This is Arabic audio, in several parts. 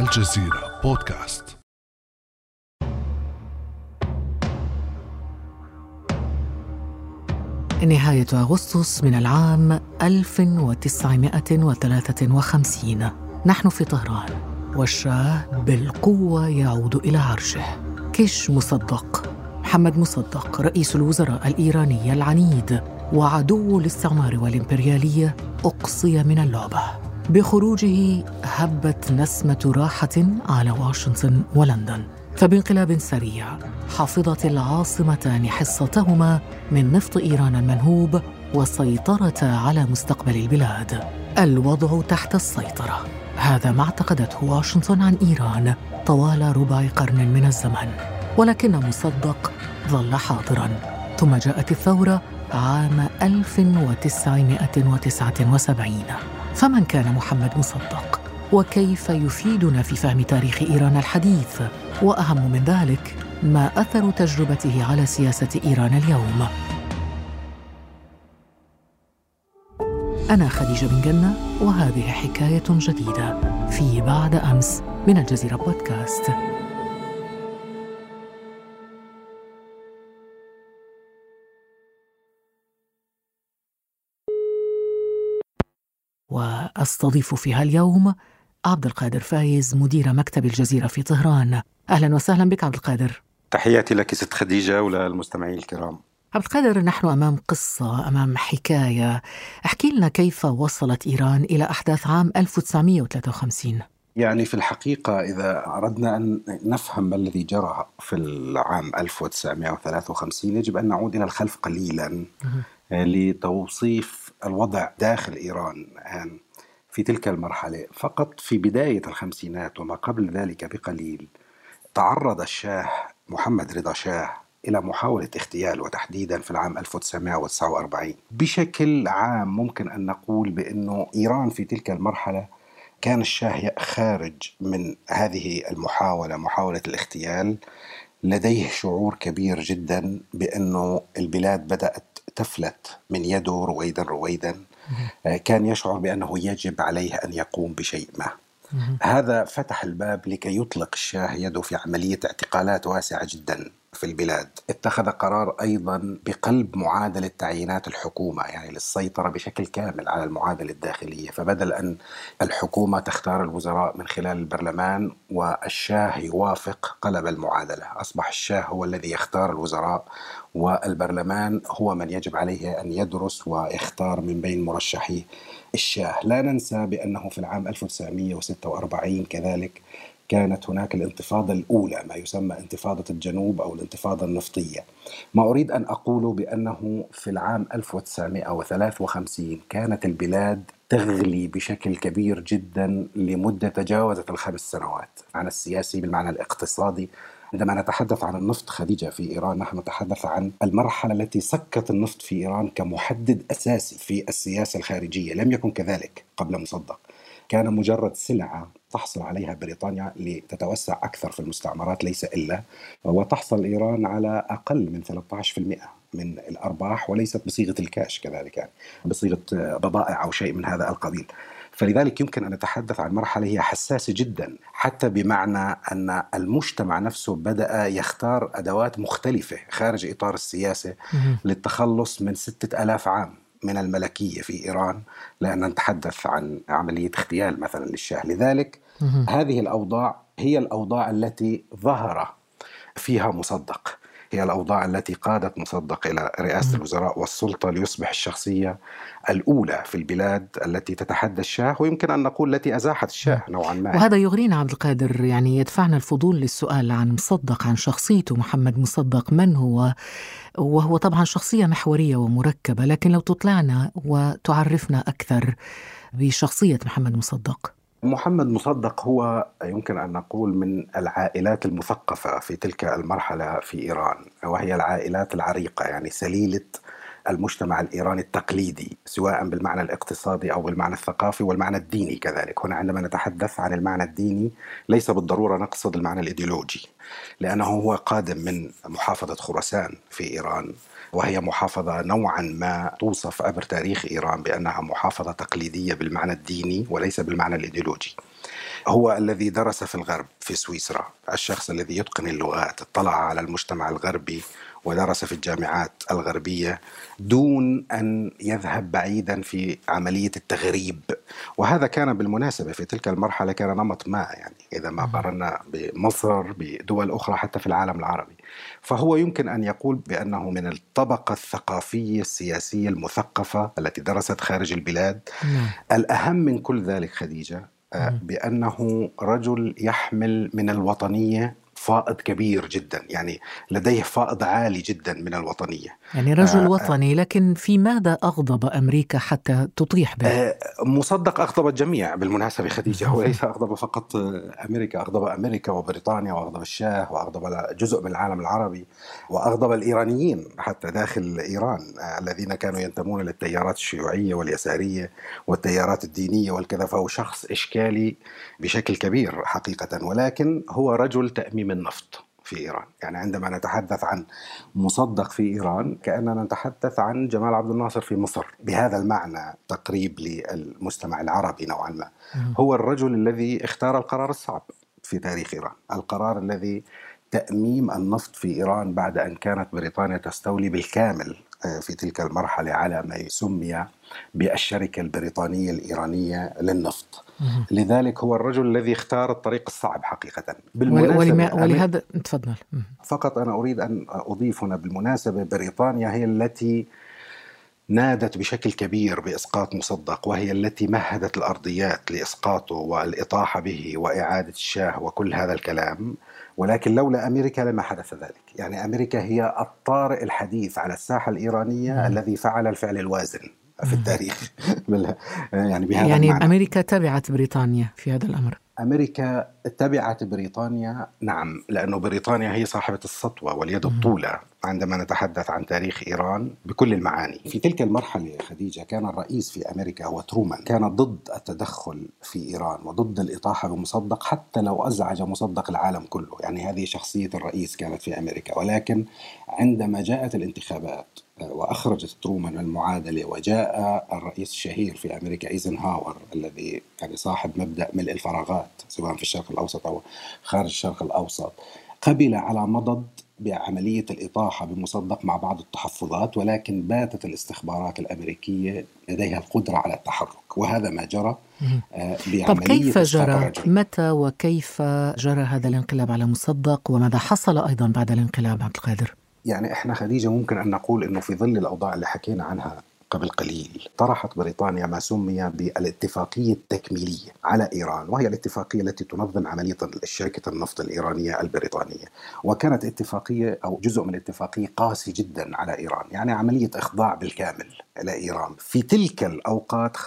الجزيرة بودكاست. نهاية أغسطس من العام 1953. نحن في طهران والشاه بالقوة يعود إلى عرشه. كيش مصدق، محمد مصدق رئيس الوزراء الإيراني العنيد وعدو الاستعمار والإمبريالية، أقصي من اللعبة. بخروجه هبت نسمة راحة على واشنطن ولندن، فبانقلاب سريع حفظت العاصمتان حصتهما من نفط إيران المنهوب وسيطرتا على مستقبل البلاد. الوضع تحت السيطرة، هذا ما اعتقدته واشنطن عن إيران طوال ربع قرن من الزمن. ولكن مصدق ظل حاضراً. ثم جاءت الثورة عام 1979. فمن كان محمد مصدق؟ وكيف يفيدنا في فهم تاريخ إيران الحديث؟ وأهم من ذلك، ما أثر تجربته على سياسة إيران اليوم؟ أنا خديجة بن جنة، وهذه حكاية جديدة في بعد أمس من الجزيرة بودكاست. وأستضيف فيها اليوم عبد القادر فايز، مدير مكتب الجزيرة في طهران. أهلا وسهلا بك عبد القادر. تحياتي لك ست خديجة وللمستمعين الكرام. عبد القادر، نحن أمام قصة، أمام حكاية. احكي لنا كيف وصلت إيران إلى أحداث عام 1953. يعني في الحقيقة إذا أردنا أن نفهم ما الذي جرى في العام 1953 يجب أن نعود إلى الخلف قليلا لتوصيف الوضع داخل إيران في تلك المرحلة. فقط في بداية الخمسينات وما قبل ذلك بقليل تعرض الشاه محمد رضا شاه إلى محاولة اغتيال، وتحديدا في العام 1949. بشكل عام ممكن أن نقول بأنه إيران في تلك المرحلة كان الشاه خارج من هذه المحاولة، محاولة الاغتيال، لديه شعور كبير جدا بأنه البلاد بدأت تفلت من يده رويدا رويدا. كان يشعر بأنه يجب عليه أن يقوم بشيء ما. هذا فتح الباب لكي يطلق الشاه يده في عملية اعتقالات واسعة جدا في البلاد. اتخذ قرار أيضا بقلب معادلة تعيينات الحكومة، يعني للسيطرة بشكل كامل على المعادلة الداخلية. فبدل أن الحكومة تختار الوزراء من خلال البرلمان والشاه يوافق، قلب المعادلة، أصبح الشاه هو الذي يختار الوزراء والبرلمان هو من يجب عليه أن يدرس ويختار من بين مرشحي الشاه. لا ننسى بأنه في العام 1946 كذلك كانت هناك الانتفاضة الأولى، ما يسمى انتفاضة الجنوب أو الانتفاضة النفطية. ما أريد أن أقوله بأنه في العام 1953 كانت البلاد تغلي بشكل كبير جدا لمدة تجاوزت ال5 سنوات. المعنى السياسي بالمعنى الاقتصادي. عندما نتحدث عن النفط خديجة في إيران، نحن نتحدث عن المرحلة التي سكت النفط في إيران كمحدد أساسي في السياسة الخارجية. لم يكن كذلك قبل مصدق، كان مجرد سلعة تحصل عليها بريطانيا لتتوسع أكثر في المستعمرات ليس إلا، وتحصل إيران على أقل من 13% من الأرباح، وليست بصيغة الكاش كذلك، يعني بصيغة بضائع أو شيء من هذا القبيل. فلذلك يمكن أن نتحدث عن مرحلة هي حساسة جدا، حتى بمعنى أن المجتمع نفسه بدأ يختار أدوات مختلفة خارج إطار السياسة للتخلص من 6000 عام من الملكية في إيران، لأن نتحدث عن عملية اغتيال مثلا للشاه. لذلك هذه الأوضاع هي الأوضاع التي ظهر فيها مصدق، هي الأوضاع التي قادت مصدق إلى رئاسة الوزراء والسلطة ليصبح الشخصية الأولى في البلاد التي تتحدى الشاه، ويمكن أن نقول التي أزاحت الشاه نوعا ما. وهذا يغرينا عبد القادر، يعني يدفعنا الفضول للسؤال عن مصدق، عن شخصيته. محمد مصدق من هو؟ وهو طبعا شخصية محورية ومركبة، لكن لو تطلعنا وتعرفنا أكثر بشخصية محمد مصدق. محمد مصدق هو يمكن أن نقول من العائلات المثقفة في تلك المرحلة في إيران، وهي العائلات العريقة، يعني سليلة المجتمع الإيراني التقليدي، سواء بالمعنى الاقتصادي أو بالمعنى الثقافي والمعنى الديني كذلك. هنا عندما نتحدث عن المعنى الديني ليس بالضرورة نقصد المعنى الإيديولوجي، لأنه هو قادم من محافظة خراسان في إيران، وهي محافظة نوعا ما توصف عبر تاريخ إيران بأنها محافظة تقليدية بالمعنى الديني وليس بالمعنى الإيديولوجي. هو الذي درس في الغرب في سويسرا، الشخص الذي يتقن اللغات، اطلع على المجتمع الغربي ودرس في الجامعات الغربية دون أن يذهب بعيدا في عملية التغريب. وهذا كان بالمناسبة في تلك المرحلة كان نمط ما، يعني إذا ما قارنا بمصر بدول أخرى حتى في العالم العربي، فهو يمكن أن يقول بأنه من الطبقة الثقافية السياسية المثقفة التي درست خارج البلاد. الأهم من كل ذلك خديجة بأنه رجل يحمل من الوطنية فائض كبير جدا، يعني لديه فائض عالي جدا من الوطنية. يعني رجل وطني، لكن في ماذا أغضب أمريكا حتى تطيح به؟ مصدق أغضب الجميع بالمناسبة خديجة، هو ليس أغضب فقط أمريكا، أغضب أمريكا وبريطانيا وأغضب الشاه وأغضب جزء من العالم العربي وأغضب الإيرانيين حتى داخل إيران الذين كانوا ينتمون للتيارات الشيوعية واليسارية والتيارات الدينية والكذا. فهو شخص إشكالي بشكل كبير حقيقة، ولكن هو رجل تأميم النفط في إيران. يعني عندما نتحدث عن مصدق في إيران كأننا نتحدث عن جمال عبد الناصر في مصر، بهذا المعنى تقريب للمجتمع العربي نوعا ما. هو الرجل الذي اختار القرار الصعب في تاريخ إيران، القرار الذي تأميم النفط في إيران بعد أن كانت بريطانيا تستولي بالكامل في تلك المرحلة على ما يسمى بالشركة البريطانية الإيرانية للنفط. لذلك هو الرجل الذي اختار الطريق الصعب حقيقة. ولهذا تفضل. فقط أنا أريد أن أضيف هنا بالمناسبة، بريطانيا هي التي نادت بشكل كبير بإسقاط مصدق، وهي التي مهدت الأرضيات لإسقاطه والإطاحة به وإعادة الشاه وكل هذا الكلام. ولكن لولا أمريكا لما حدث ذلك. يعني أمريكا هي الطارئ الحديث على الساحة الإيرانية الذي فعل الفعل الوازن في التاريخ. يعني بهذا يعني المعنى. أمريكا تبعت بريطانيا في هذا الأمر. أمريكا تبعت بريطانيا، نعم، لأنه بريطانيا هي صاحبة السطوة واليد الطولة عندما نتحدث عن تاريخ إيران بكل المعاني. في تلك المرحلة خديجة كان الرئيس في أمريكا هو ترومان، كان ضد التدخل في إيران وضد الإطاحة بمصدق حتى لو أزعج مصدق العالم كله. يعني هذه شخصية الرئيس كانت في أمريكا. ولكن عندما جاءت الانتخابات وأخرجت ترومان المعادلة وجاء الرئيس الشهير في أمريكا إيزنهاور الذي يعني صاحب مبدأ ملء الفراغات سواء في الشرق الأوسط أو خارج الشرق الأوسط، قبل على مضض بعملية الإطاحة بمصدق مع بعض التحفظات، ولكن باتت الاستخبارات الأمريكية لديها القدرة على التحرك، وهذا ما جرى بعملية. طب كيف جرى؟ متى وكيف جرى هذا الانقلاب على مصدق، وماذا حصل أيضا بعد الانقلاب عبد القادر؟ يعني إحنا خديجة ممكن أن نقول أنه في ظل الأوضاع اللي حكينا عنها قبل قليل طرحت بريطانيا ما سمي بالاتفاقية التكميلية على إيران، وهي الاتفاقية التي تنظم عملية شركة النفط الإيرانية البريطانية. وكانت اتفاقية أو جزء من اتفاقية قاسي جدا على إيران، يعني عملية إخضاع بالكامل إلى إيران. في تلك الأوقات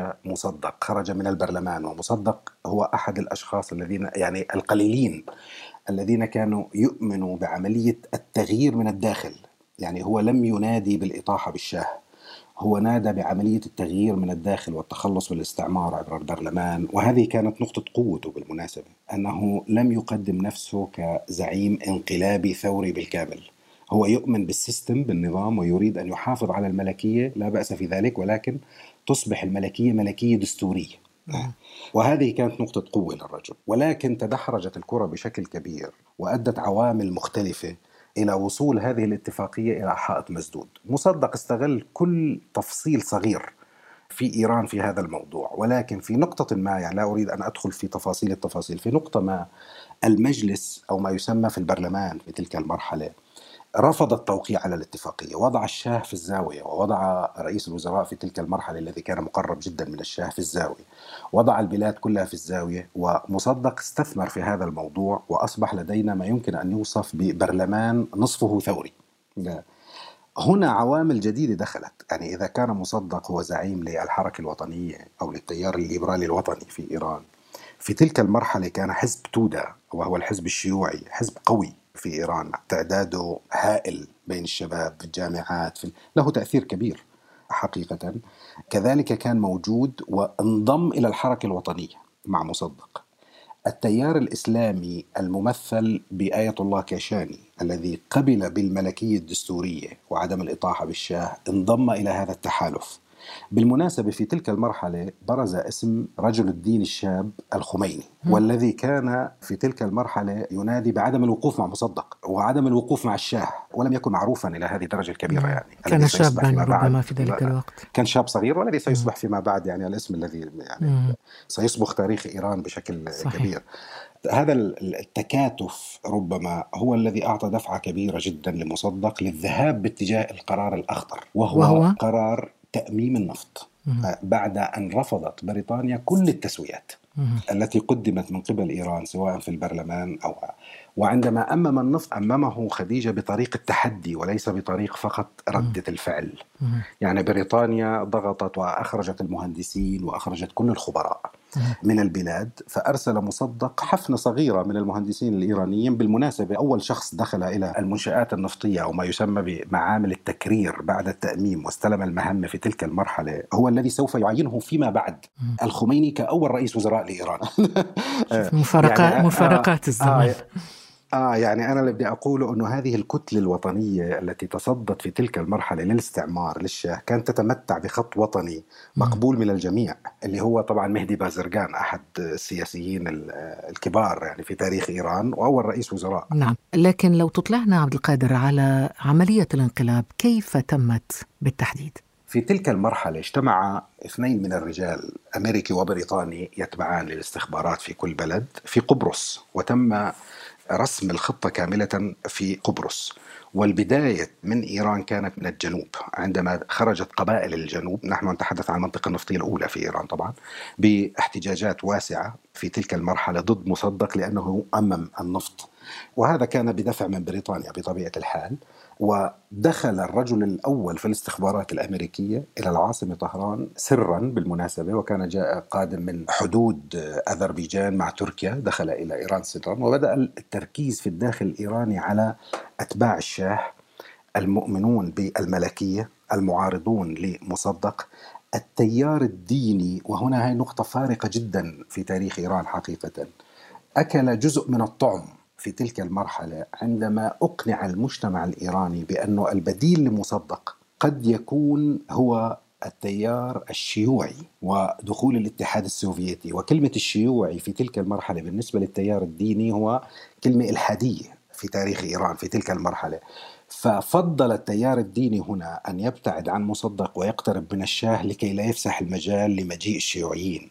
خرج من البرلمان، ومصدق هو أحد الأشخاص الذين يعني القليلين الذين كانوا يؤمنوا بعملية التغيير من الداخل. يعني هو لم ينادي بالإطاحة بالشاه، هو نادى بعملية التغيير من الداخل والتخلص من الاستعمار عبر البرلمان. وهذه كانت نقطة قوته بالمناسبة، أنه لم يقدم نفسه كزعيم انقلابي ثوري بالكامل. هو يؤمن بالسيستم، بالنظام، ويريد أن يحافظ على الملكية، لا بأس في ذلك، ولكن تصبح الملكية ملكية دستورية. وهذه كانت نقطة قوة للرجل. ولكن تدحرجت الكرة بشكل كبير وأدت عوامل مختلفة إلى وصول هذه الاتفاقية إلى حائط مسدود. مصدق استغل كل تفصيل صغير في إيران في هذا الموضوع، ولكن في نقطة ما، يعني لا أريد أن أدخل في تفاصيل التفاصيل، في نقطة ما المجلس أو ما يسمى في البرلمان في تلك المرحلة رفض التوقيع على الاتفاقية، وضع الشاه في الزاوية، ووضع رئيس الوزراء في تلك المرحلة الذي كان مقرب جدا من الشاه في الزاوية، وضع البلاد كلها في الزاوية. ومصدق استثمر في هذا الموضوع، وأصبح لدينا ما يمكن أن يوصف ببرلمان نصفه ثوري. هنا عوامل جديدة دخلت. يعني إذا كان مصدق هو زعيم للحركة الوطنية أو للتيار الليبرالي الوطني في إيران، في تلك المرحلة كان حزب تودا وهو الحزب الشيوعي حزب قوي في إيران، تعداده هائل بين الشباب في الجامعات، له تأثير كبير حقيقة. كذلك كان موجود وانضم إلى الحركة الوطنية مع مصدق. التيار الإسلامي الممثل بآية الله كاشاني الذي قبل بالملكية الدستورية وعدم الإطاحة بالشاه انضم إلى هذا التحالف. بالمناسبة في تلك المرحلة برز اسم رجل الدين الشاب الخميني، والذي كان في تلك المرحلة ينادي بعدم الوقوف مع مصدق وعدم الوقوف مع الشاه، ولم يكن معروفا إلى هذه الدرجة الكبيرة. يعني كان شابا ربما في ذلك الوقت، كان شاب صغير، والذي سيصبح فيما بعد يعني الاسم الذي يعني سيصبغ تاريخ إيران بشكل كبير. هذا التكاتف ربما هو الذي أعطى دفعة كبيرة جدا لمصدق للذهاب باتجاه القرار الأخضر، وهو قرار تأميم النفط بعد أن رفضت بريطانيا كل التسويات التي قدمت من قبل إيران سواء في البرلمان أو وعندما أمم النفط أممه خديجة بطريق التحدي وليس بطريق فقط ردة الفعل. يعني بريطانيا ضغطت وأخرجت المهندسين وأخرجت كل الخبراء من البلاد، فأرسل مصدق حفنة صغيرة من المهندسين الإيرانيين. بالمناسبة أول شخص دخل إلى المنشآت النفطية أو ما يسمى بمعامل التكرير بعد التأميم واستلم المهمة في تلك المرحلة هو الذي سوف يعينه فيما بعد الخميني كأول رئيس وزراء لإيران. مفارقات الزمان. يعني أنا اللي بدي أقوله أنه هذه الكتلة الوطنية التي تصدت في تلك المرحلة للاستعمار للشاه كانت تتمتع بخط وطني مقبول من الجميع، اللي هو طبعا مهدي بازرقان، أحد السياسيين الكبار يعني في تاريخ إيران وأول رئيس وزراء. نعم، لكن لو تطلعنا عبد القادر على عملية الانقلاب كيف تمت بالتحديد؟ في تلك المرحلة اجتمع اثنين من الرجال أمريكي وبريطاني يتبعان للاستخبارات في كل بلد في قبرص، وتم رسم الخطة كاملة في قبرص. والبداية من إيران كانت من الجنوب، عندما خرجت قبائل الجنوب، نحن نتحدث عن المنطقة النفطية الأولى في إيران طبعا، باحتجاجات واسعة في تلك المرحلة ضد مصدق لأنه أمم النفط، وهذا كان بدفع من بريطانيا بطبيعة الحال. ودخل الرجل الأول في الاستخبارات الأمريكية إلى العاصمة طهران سرا بالمناسبة، وكان جاء قادم من حدود أذربيجان مع تركيا، دخل إلى إيران سرا، وبدأ التركيز في الداخل الإيراني على أتباع الشاه المؤمنون بالملكية المعارضون لمصدق، التيار الديني. وهنا هي نقطة فارقة جدا في تاريخ إيران حقيقة، أكل جزء من الطعم في تلك المرحلة عندما أقنع المجتمع الإيراني بأنه البديل لمصدق قد يكون هو التيار الشيوعي ودخول الاتحاد السوفيتي. وكلمة الشيوعي في تلك المرحلة بالنسبة للتيار الديني هو كلمة إلحادية في تاريخ إيران في تلك المرحلة، ففضل التيار الديني هنا أن يبتعد عن مصدق ويقترب من الشاه لكي لا يفسح المجال لمجيء الشيوعيين.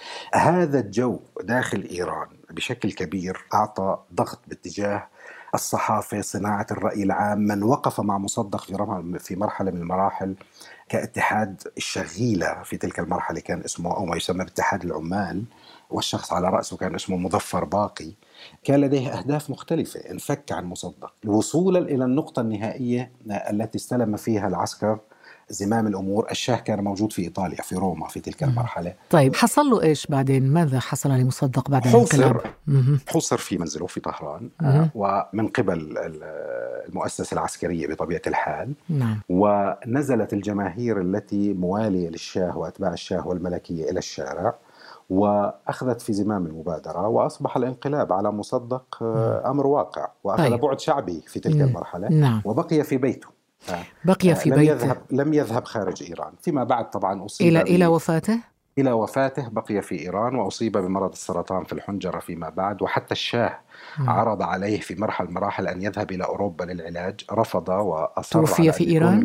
هذا الجو داخل إيران بشكل كبير أعطى ضغط باتجاه الصحافة، صناعة الرأي العام. من وقف مع مصدق في مرحلة من المراحل كاتحاد الشغيلة في تلك المرحلة كان اسمه أو ما يسمى باتحاد العمال، والشخص على رأسه كان اسمه مظفر باقي، كان لديه أهداف مختلفة، انفك عن مصدق وصولا إلى النقطة النهائية التي استلم فيها العسكر زمام الأمور. الشاه كان موجود في إيطاليا في روما في تلك المرحلة. طيب حصل له إيش بعدين؟ ماذا حصل لمصدق بعد الانقلاب؟ حوصر في منزله في طهران ومن قبل المؤسسة العسكرية بطبيعة الحال. نعم. ونزلت الجماهير التي موالية للشاه وأتباع الشاه والملكية إلى الشارع وأخذت في زمام المبادرة، وأصبح الانقلاب على مصدق أمر واقع، وأخذ بعد شعبي في تلك المرحلة. نعم. وبقي في بيته، بقي في بيته، لم يذهب خارج إيران. فيما بعد طبعا أصيب إلى وفاته بقي في إيران وأصيب بمرض السرطان في الحنجرة فيما بعد. وحتى الشاه عرض عليه في مراحل أن يذهب إلى أوروبا للعلاج، رفض وأصر توفي في إيران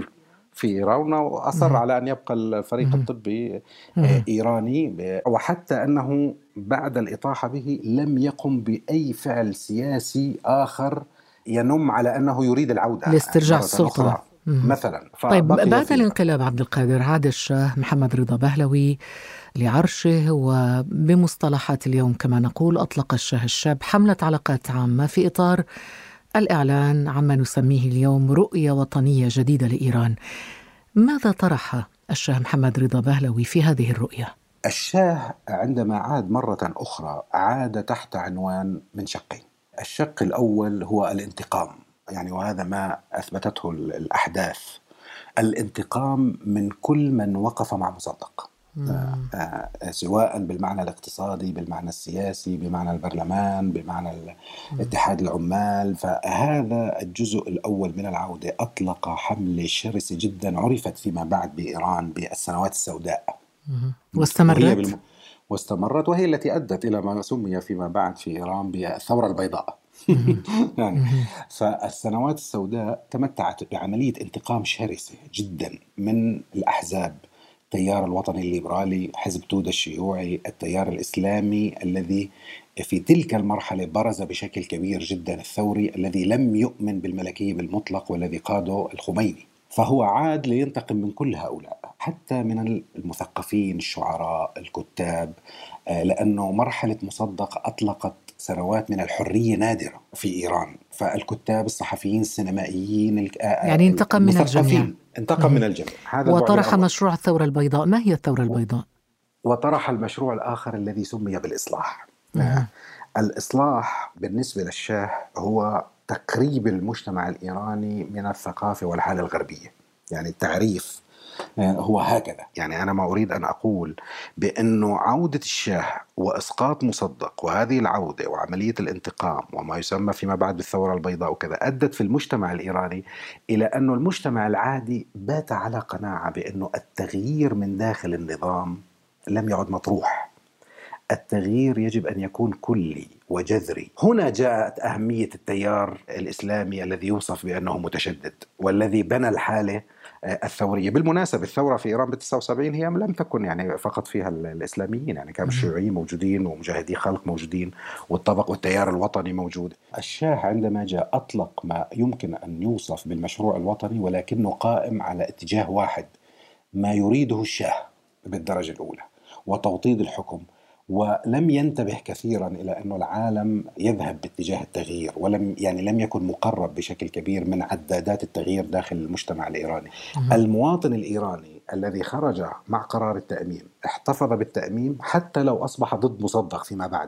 وأصر على أن يبقى الفريق الطبي إيراني. وحتى أنه بعد الإطاحة به لم يقم بأي فعل سياسي آخر ينم على أنه يريد العودة لاسترجاع السلطة مثلا. طيب بعد الانقلاب عبد القادر عاد الشاه محمد رضا بهلوي لعرشه، وبمصطلحات اليوم كما نقول أطلق الشاه الشاب حملة علاقات عامة في إطار الإعلان عما نسميه اليوم رؤية وطنية جديدة لإيران. ماذا طرح الشاه محمد رضا بهلوي في هذه الرؤية؟ الشاه عندما عاد مرة أخرى عاد تحت عنوان من شقين. الشق الأول هو الانتقام، يعني وهذا ما أثبتته الأحداث، الانتقام من كل من وقف مع مصدق سواء بالمعنى الاقتصادي، بالمعنى السياسي، بمعنى البرلمان، بمعنى اتحاد العمال. فهذا الجزء الأول من العودة أطلق حملة شرسة جدا عرفت فيما بعد بإيران بالسنوات السوداء، واستمرت، وهي التي أدت إلى ما سمي فيما بعد في إيران بالثورة البيضاء. يعني فالسنوات السوداء تمتعت بعملية انتقام شرسة جدا من الأحزاب، التيار الوطني الليبرالي، حزب توده الشيوعي، التيار الإسلامي الذي في تلك المرحلة برز بشكل كبير جدا الثوري الذي لم يؤمن بالملكية بالمطلق والذي قاده الخميني. فهو عاد لينتقم من كل هؤلاء، حتى من المثقفين، الشعراء، الكتاب، لأنه مرحلة مصدق أطلقت سنوات من الحرية نادرة في إيران. فالكتاب، الصحفيين، السينمائيين، يعني انتقم من الجميع. انتقم من الجميع. هذا وطرح مشروع الثورة البيضاء. ما هي الثورة البيضاء؟ وطرح المشروع الآخر الذي سمي بالإصلاح. الإصلاح بالنسبة للشاه هو تقريب المجتمع الإيراني من الثقافة والحالة الغربية. يعني التعريف هو هكذا. يعني أنا ما أريد أن أقول بأنه عودة الشاه وإسقاط مصدق وهذه العودة وعملية الانتقام وما يسمى فيما بعد بالثورة البيضاء وكذا أدت في المجتمع الإيراني إلى أنه المجتمع العادي بات على قناعة بأنه التغيير من داخل النظام لم يعد مطروح. التغيير يجب أن يكون كلي وجذري. هنا جاءت أهمية التيار الإسلامي الذي يوصف بأنه متشدد والذي بنى الحالة الثورية. بالمناسبة الثورة في إيران ب79 هي لم تكن يعني فقط فيها الإسلاميين، يعني كانوا الشيوعيين موجودين ومجاهدي خلق موجودين والطبق والتيار الوطني موجود. الشاه عندما جاء أطلق ما يمكن أن يوصف بالمشروع الوطني، ولكنه قائم على اتجاه واحد، ما يريده الشاه بالدرجة الأولى، وتوطيد الحكم. ولم ينتبه كثيرا إلى أن العالم يذهب باتجاه التغيير، لم يكن مقرب بشكل كبير من عدادات التغيير داخل المجتمع الإيراني. المواطن الإيراني الذي خرج مع قرار التأميم احتفظ بالتأميم حتى لو أصبح ضد مصدق فيما بعد.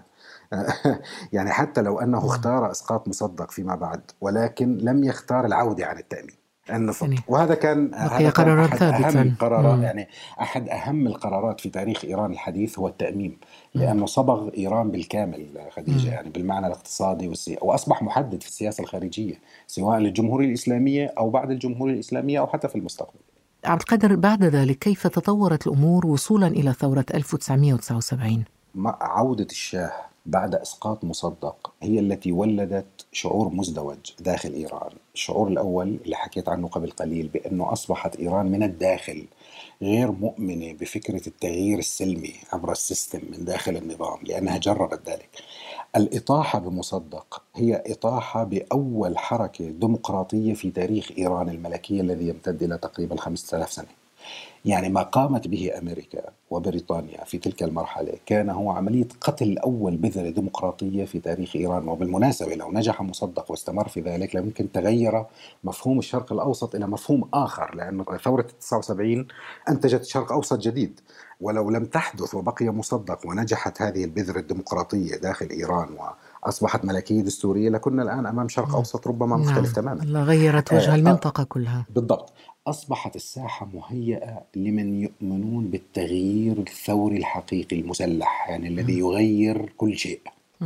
يعني حتى لو أنه اختار إسقاط مصدق فيما بعد، ولكن لم يختار العودة عن التأميم النفط. وهذا كان أحد أهم قرارات، يعني أحد أهم القرارات في تاريخ إيران الحديث هو التأميم، لأنه صبغ إيران بالكامل خديجة، يعني بالمعنى الاقتصادي وأصبح محدد في السياسة الخارجية سواء للجمهورية الإسلامية أو بعد الجمهورية الإسلامية أو حتى في المستقبل. عبد القادر، بعد ذلك كيف تطورت الأمور وصولا إلى ثورة 1979؟ عودة الشاه بعد إسقاط مصدق هي التي ولدت شعور مزدوج داخل إيران. الشعور الأول اللي حكيت عنه قبل قليل، بأنه أصبحت إيران من الداخل غير مؤمنة بفكرة التغيير السلمي عبر السيستم من داخل النظام، لأنها جربت ذلك. الإطاحة بمصدق هي إطاحة بأول حركة ديمقراطية في تاريخ إيران الملكية الذي يمتد إلى تقريبا 5000 سنة. يعني ما قامت به أمريكا وبريطانيا في تلك المرحلة كان هو عملية قتل أول بذرة ديمقراطية في تاريخ إيران. وبالمناسبة لو نجح مصدق واستمر في ذلك لممكن تغير مفهوم الشرق الأوسط إلى مفهوم آخر، لأن ثورة 79 أنتجت شرق أوسط جديد. ولو لم تحدث وبقي مصدق ونجحت هذه البذرة الديمقراطية داخل إيران وأصبحت ملكية دستورية، لكنا الآن أمام شرق أوسط ربما مختلف تماما. غيرت وجه المنطقة كلها. بالضبط. أصبحت الساحة مهيئة لمن يؤمنون بالتغيير الثوري الحقيقي المسلح، يعني الذي يغير كل شيء.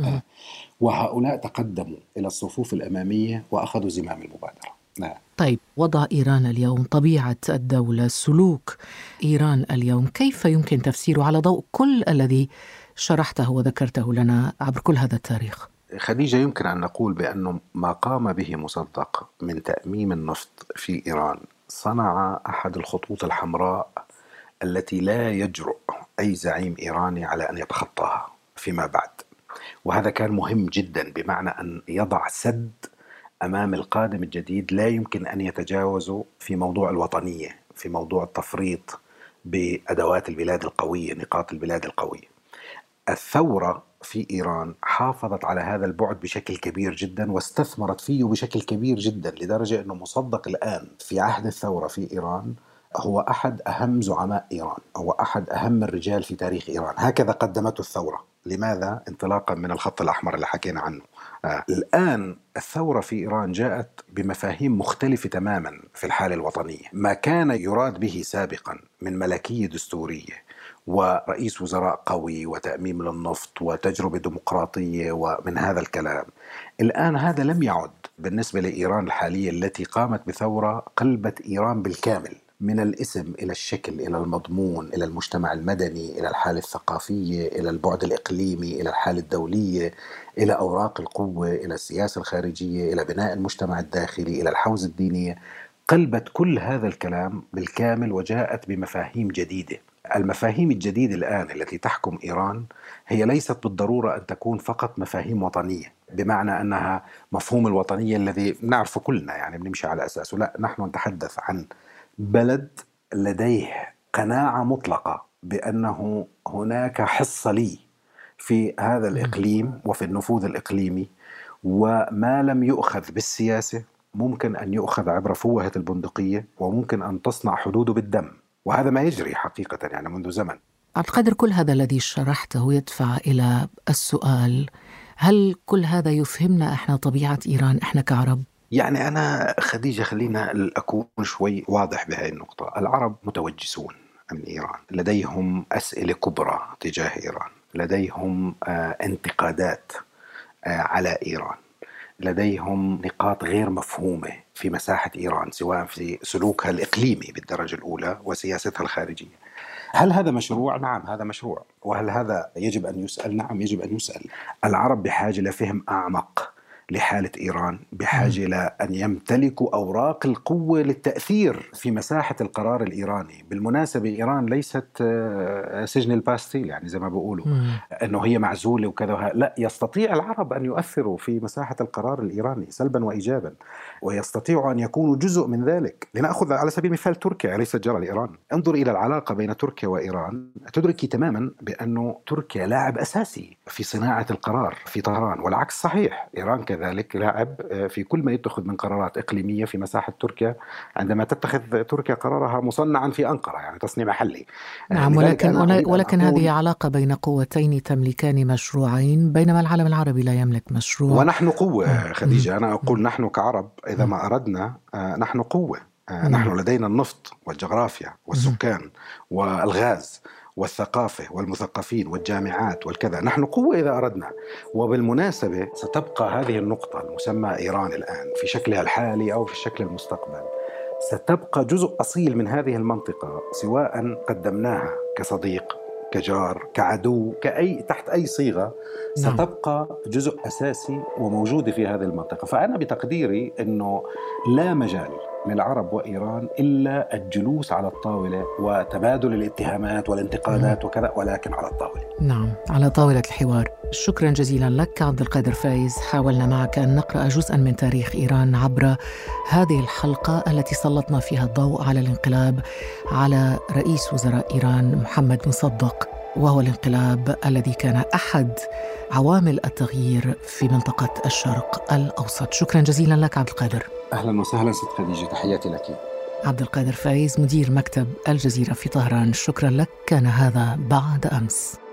وهؤلاء تقدموا إلى الصفوف الأمامية وأخذوا زمام المبادرة. طيب، وضع إيران اليوم، طبيعة الدولة، سلوك إيران اليوم، كيف يمكن تفسيره على ضوء كل الذي شرحته وذكرته لنا عبر كل هذا التاريخ؟ خديجة، يمكن أن نقول بأنه ما قام به مصدق من تأميم النفط في إيران صنع أحد الخطوط الحمراء التي لا يجرؤ أي زعيم إيراني على أن يتخطاها فيما بعد. وهذا كان مهم جدا، بمعنى أن يضع سد أمام القادم الجديد لا يمكن أن يتجاوزوا في موضوع الوطنية، في موضوع التفريط بأدوات البلاد القوية، نقاط البلاد القوية. الثورة في إيران حافظت على هذا البعد بشكل كبير جدا واستثمرت فيه بشكل كبير جدا، لدرجة أنه مصدق الآن في عهد الثورة في إيران هو أحد أهم زعماء إيران، هو أحد أهم الرجال في تاريخ إيران. هكذا قدمته الثورة. لماذا؟ انطلاقا من الخط الأحمر اللي حكينا عنه. الآن الثورة في إيران جاءت بمفاهيم مختلفة تماما في الحالة الوطنية. ما كان يراد به سابقا من ملكية دستورية ورئيس وزراء قوي وتأميم للنفط وتجربة ديمقراطية ومن هذا الكلام. الآن هذا لم يعد بالنسبة لإيران الحالية التي قامت بثورة قلبت إيران بالكامل، من الاسم إلى الشكل إلى المضمون إلى المجتمع المدني إلى الحالة الثقافية إلى البعد الإقليمي إلى الحالة الدولية إلى أوراق القوة إلى السياسة الخارجية إلى بناء المجتمع الداخلي إلى الحوزة الدينية. قلبت كل هذا الكلام بالكامل وجاءت بمفاهيم جديدة. المفاهيم الجديدة الآن التي تحكم إيران هي ليست بالضرورة أن تكون فقط مفاهيم وطنية، بمعنى أنها مفهوم الوطنية الذي نعرفه كلنا يعني بنمشي على أساسه. لا، نحن نتحدث عن بلد لديه قناعة مطلقة بأنه هناك حصة لي في هذا الإقليم وفي النفوذ الإقليمي، وما لم يؤخذ بالسياسة ممكن أن يؤخذ عبر فوهة البندقية وممكن أن تصنع حدوده بالدم، وهذا ما يجري حقيقة يعني منذ زمن. عبد القادر، كل هذا الذي شرحته يدفع إلى السؤال: هل كل هذا يفهمنا إحنا طبيعة إيران إحنا كعرب؟ يعني أنا خديجة خلينا أكون شوي واضح بهذه النقطة. العرب متوجسون من إيران، لديهم أسئلة كبرى تجاه إيران، لديهم انتقادات على إيران، لديهم نقاط غير مفهومة في مساحة إيران سواء في سلوكها الإقليمي بالدرجة الأولى وسياستها الخارجية. هل هذا مشروع؟ نعم هذا مشروع. وهل هذا يجب أن يسأل؟ نعم يجب أن يسأل. العرب بحاجة لفهم أعمق لحالة إيران، بحاجة إلى أن يمتلكوا أوراق القوة للتأثير في مساحة القرار الإيراني. بالمناسبة إيران ليست سجن الباستيل يعني زي ما بيقولوا أنه هي معزولة وكذا. لا، يستطيع العرب أن يؤثروا في مساحة القرار الإيراني سلبا وإيجابا، ويستطيعوا أن يكونوا جزء من ذلك. لنأخذ على سبيل المثال تركيا، ليست جرى لإيران. انظر إلى العلاقة بين تركيا وإيران تدركي تماما بأنه تركيا لاعب أساسي في صناعة القرار في طهران، والعكس صحيح. إيران كذلك لاعب في كل ما يتخذ من قرارات إقليمية في مساحة تركيا، عندما تتخذ تركيا قرارها مصنعا في أنقرة يعني تصنيع محلي. نعم، ولكن هذه علاقة بين قوتين تملكان مشروعين، بينما العالم العربي لا يملك مشروع. ونحن قوة خديجة، أنا أقول نحن كعرب إذا ما أردنا نحن قوة. نحن لدينا النفط والجغرافيا والسكان والغاز والثقافة والمثقفين والجامعات والكذا. نحن قوة إذا أردنا. وبالمناسبة ستبقى هذه النقطة المسمى إيران الآن في شكلها الحالي أو في الشكل المستقبل، ستبقى جزء أصيل من هذه المنطقة، سواء قدمناها كصديق كجار كعدو تحت أي صيغة، ستبقى جزء أساسي وموجود في هذه المنطقة. فأنا بتقديري أنه لا مجال للعرب وإيران إلا الجلوس على الطاولة وتبادل الاتهامات والانتقادات وكذا، ولكن على الطاولة. نعم، على طاولة الحوار. شكرا جزيلا لك عبد القادر فايز. حاولنا معك أن نقرأ جزءا من تاريخ إيران عبر هذه الحلقة التي سلطنا فيها الضوء على الانقلاب على رئيس وزراء إيران محمد مصدق، وهو الانقلاب الذي كان أحد عوامل التغيير في منطقة الشرق الأوسط. شكرا جزيلا لك عبد القادر. أهلا وسهلا ست خديجة، تحياتي لك. عبد القادر فايز مدير مكتب الجزيرة في طهران، شكرا لك. كان هذا بعد أمس.